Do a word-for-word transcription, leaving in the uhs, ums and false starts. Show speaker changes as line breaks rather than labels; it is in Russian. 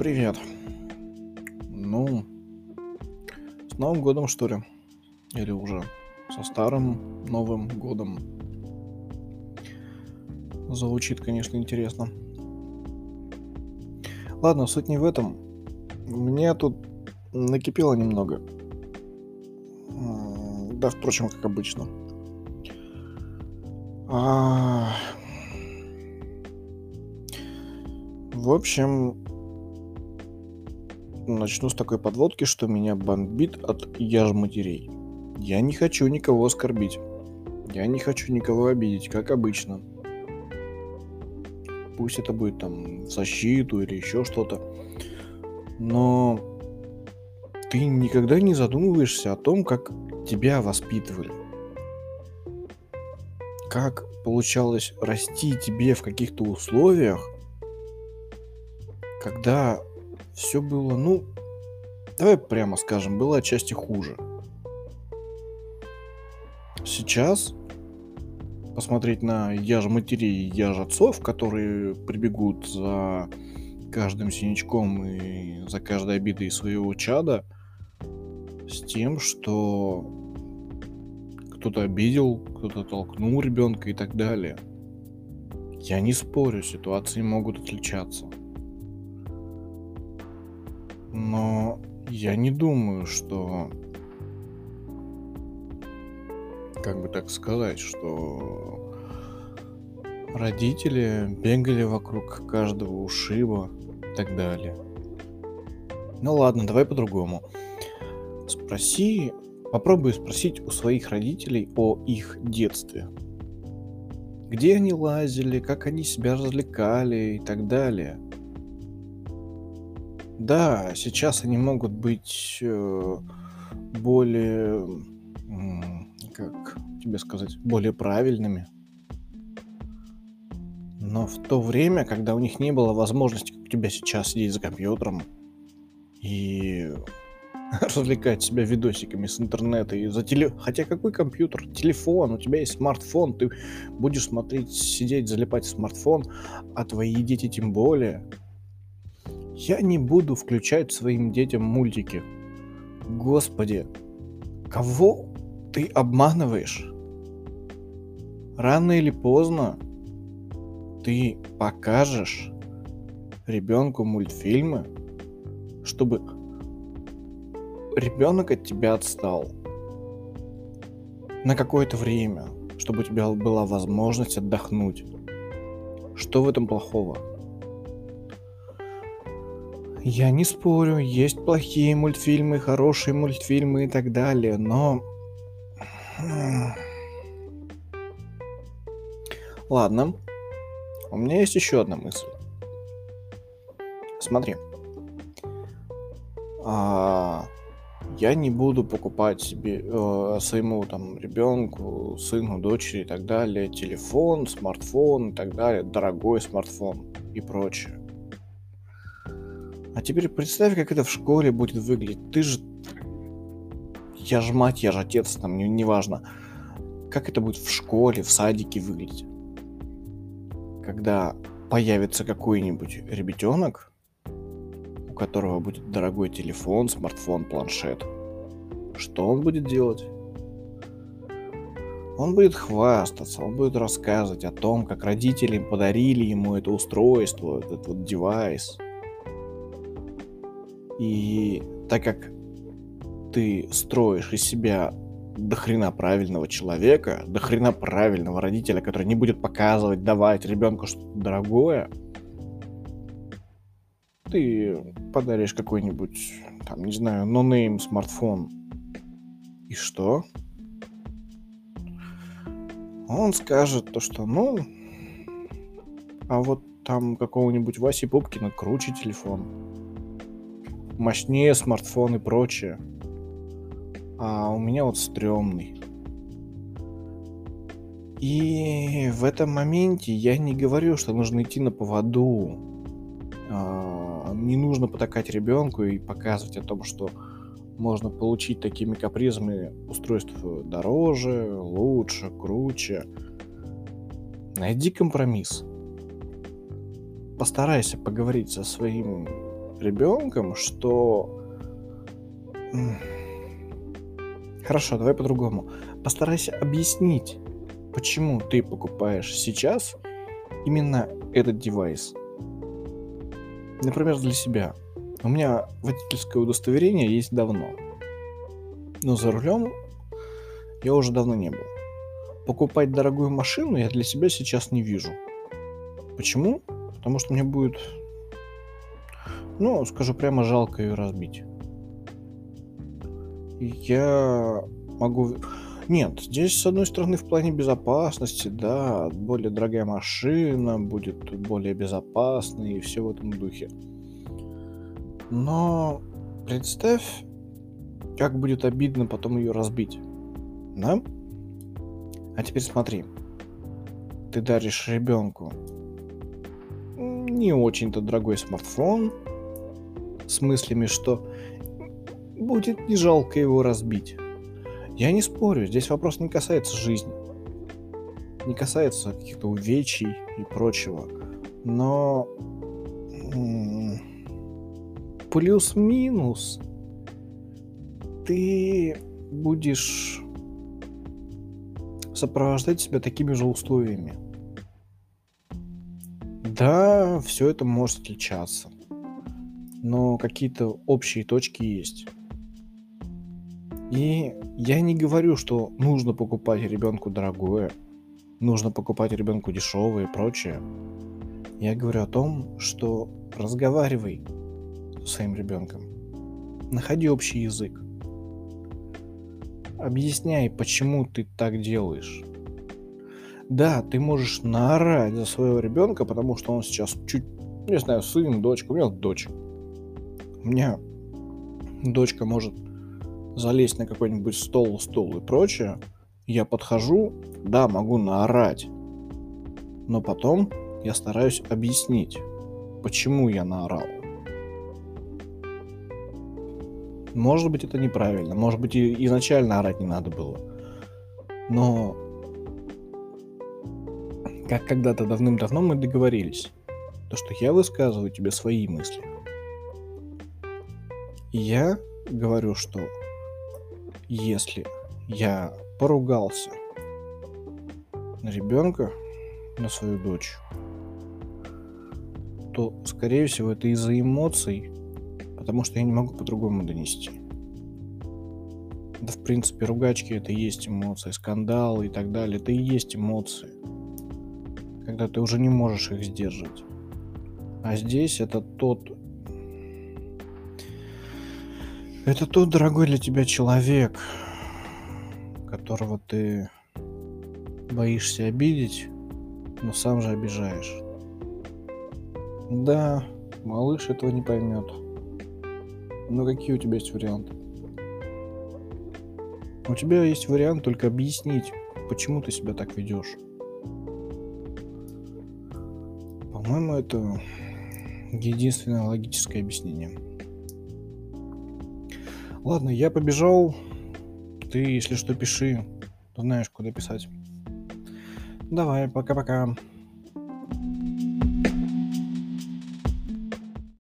Привет. Ну, с Новым годом, что ли? Или уже со Старым Новым годом? Звучит, конечно, интересно. Ладно, суть не в этом. Мне тут накипело немного. М, Да, впрочем, как обычно. А, В общем, начну с такой подводки, что меня бомбит от яж-матерей. Я не хочу никого оскорбить. Я не хочу никого обидеть, как обычно. Пусть это будет там в защиту или еще что-то. Но ты никогда не задумываешься о том, как тебя воспитывали. Как получалось расти тебе в каких-то условиях, когда все было, ну, давай прямо скажем, было отчасти хуже. Сейчас посмотреть на яж-матерей и яж-отцов, которые прибегут за каждым синячком и за каждой обидой своего чада, с тем, что кто-то обидел, кто-то толкнул ребенка и так далее. Я не спорю, ситуации могут отличаться. Но я не думаю, что, как бы так сказать, что родители бегали вокруг каждого ушиба и так далее. Ну ладно, давай по-другому. Спроси, попробуй спросить у своих родителей о их детстве. Где они лазили, как они себя развлекали и так далее. Да, сейчас они могут быть э, более, м, как тебе сказать, более правильными. Но в то время, когда у них не было возможности, как у тебя сейчас, сидеть за компьютером и развлекать себя видосиками с интернета и за теле... Хотя какой компьютер? Телефон, у тебя есть смартфон, ты будешь смотреть, сидеть, залипать в смартфон, а твои дети тем более. Я не буду включать своим детям мультики. Господи, кого ты обманываешь? Рано или поздно ты покажешь ребенку мультфильмы, чтобы ребенок от тебя отстал на какое-то время, чтобы у тебя была возможность отдохнуть. Что в этом плохого? Я не спорю, есть плохие мультфильмы, хорошие мультфильмы и так далее, но... Ладно, у меня есть еще одна мысль. Смотри. А, я не буду покупать себе, э, своему там ребенку, сыну, дочери и так далее телефон, смартфон и так далее, дорогой смартфон и прочее. А теперь представь, как это в школе будет выглядеть. Ты же... Я ж мать, я же отец, там, не- неважно. Как это будет в школе, в садике выглядеть? Когда появится какой-нибудь ребятенок, у которого будет дорогой телефон, смартфон, планшет. Что он будет делать? Он будет хвастаться, он будет рассказывать о том, как родители подарили ему это устройство, этот вот девайс. И так как ты строишь из себя дохрена правильного человека, дохрена правильного родителя, который не будет показывать, давать ребенку что-то дорогое, ты подаришь какой-нибудь, там, не знаю, ноунейм смартфон. И что? Он скажет то, что, ну, а вот там какого-нибудь Васи Пупкина круче телефон, мощнее смартфон и прочее. А у меня вот стрёмный. И в этом моменте я не говорю, что нужно идти на поводу. А, Не нужно потакать ребенку и показывать о том, что можно получить такими капризами устройство дороже, лучше, круче. Найди компромисс. Постарайся поговорить со своим ребенком, что... м, Хорошо, давай по-другому. Постарайся объяснить, почему ты покупаешь сейчас именно этот девайс. Например, для себя. У меня водительское удостоверение есть давно, но за рулем я уже давно не был. Покупать дорогую машину я для себя сейчас не вижу. Почему? Потому что мне будет, ну, скажу прямо, жалко ее разбить. И я могу... Нет, здесь, с одной стороны, в плане безопасности, да, более дорогая машина, будет более безопасной и все в этом духе. Но представь, как будет обидно потом ее разбить, да? А теперь смотри, ты даришь ребенку не очень-то дорогой смартфон с мыслями, что будет не жалко его разбить. Я не спорю, здесь вопрос не касается жизни, не касается каких-то увечий и прочего, но м, плюс-минус ты будешь сопровождать себя такими же условиями. Да, все это может отличаться, но какие-то общие точки есть. И я не говорю, что нужно покупать ребенку дорогое, нужно покупать ребенку дешевое и прочее. Я говорю о том, что разговаривай со своим ребенком, находи общий язык, объясняй, почему ты так делаешь. Да, ты можешь наорать за своего ребенка, потому что он сейчас чуть, не знаю, сын, дочка, у меня дочь. У меня дочка может залезть на какой-нибудь стол, стол и прочее. Я подхожу, да, могу наорать, но потом я стараюсь объяснить, почему я наорал. Может быть, это неправильно, может быть, и изначально орать не надо было. Но как когда-то давным-давно мы договорились, то что я высказываю тебе свои мысли. И я говорю, что если я поругался на ребенка, на свою дочь, то, скорее всего, это из-за эмоций, потому что я не могу по-другому донести. Да, в принципе, ругачки — это и есть эмоции, скандалы и так далее — это и есть эмоции, когда ты уже не можешь их сдержать. А здесь это тот... Это тот дорогой для тебя человек, которого ты боишься обидеть, но сам же обижаешь. Да, малыш этого не поймет. Но какие у тебя есть варианты? У тебя есть вариант только объяснить, почему ты себя так ведешь. По-моему, это единственное логическое объяснение. Ладно, я побежал. Ты, если что, пиши. Знаешь, куда писать. Давай, пока-пока.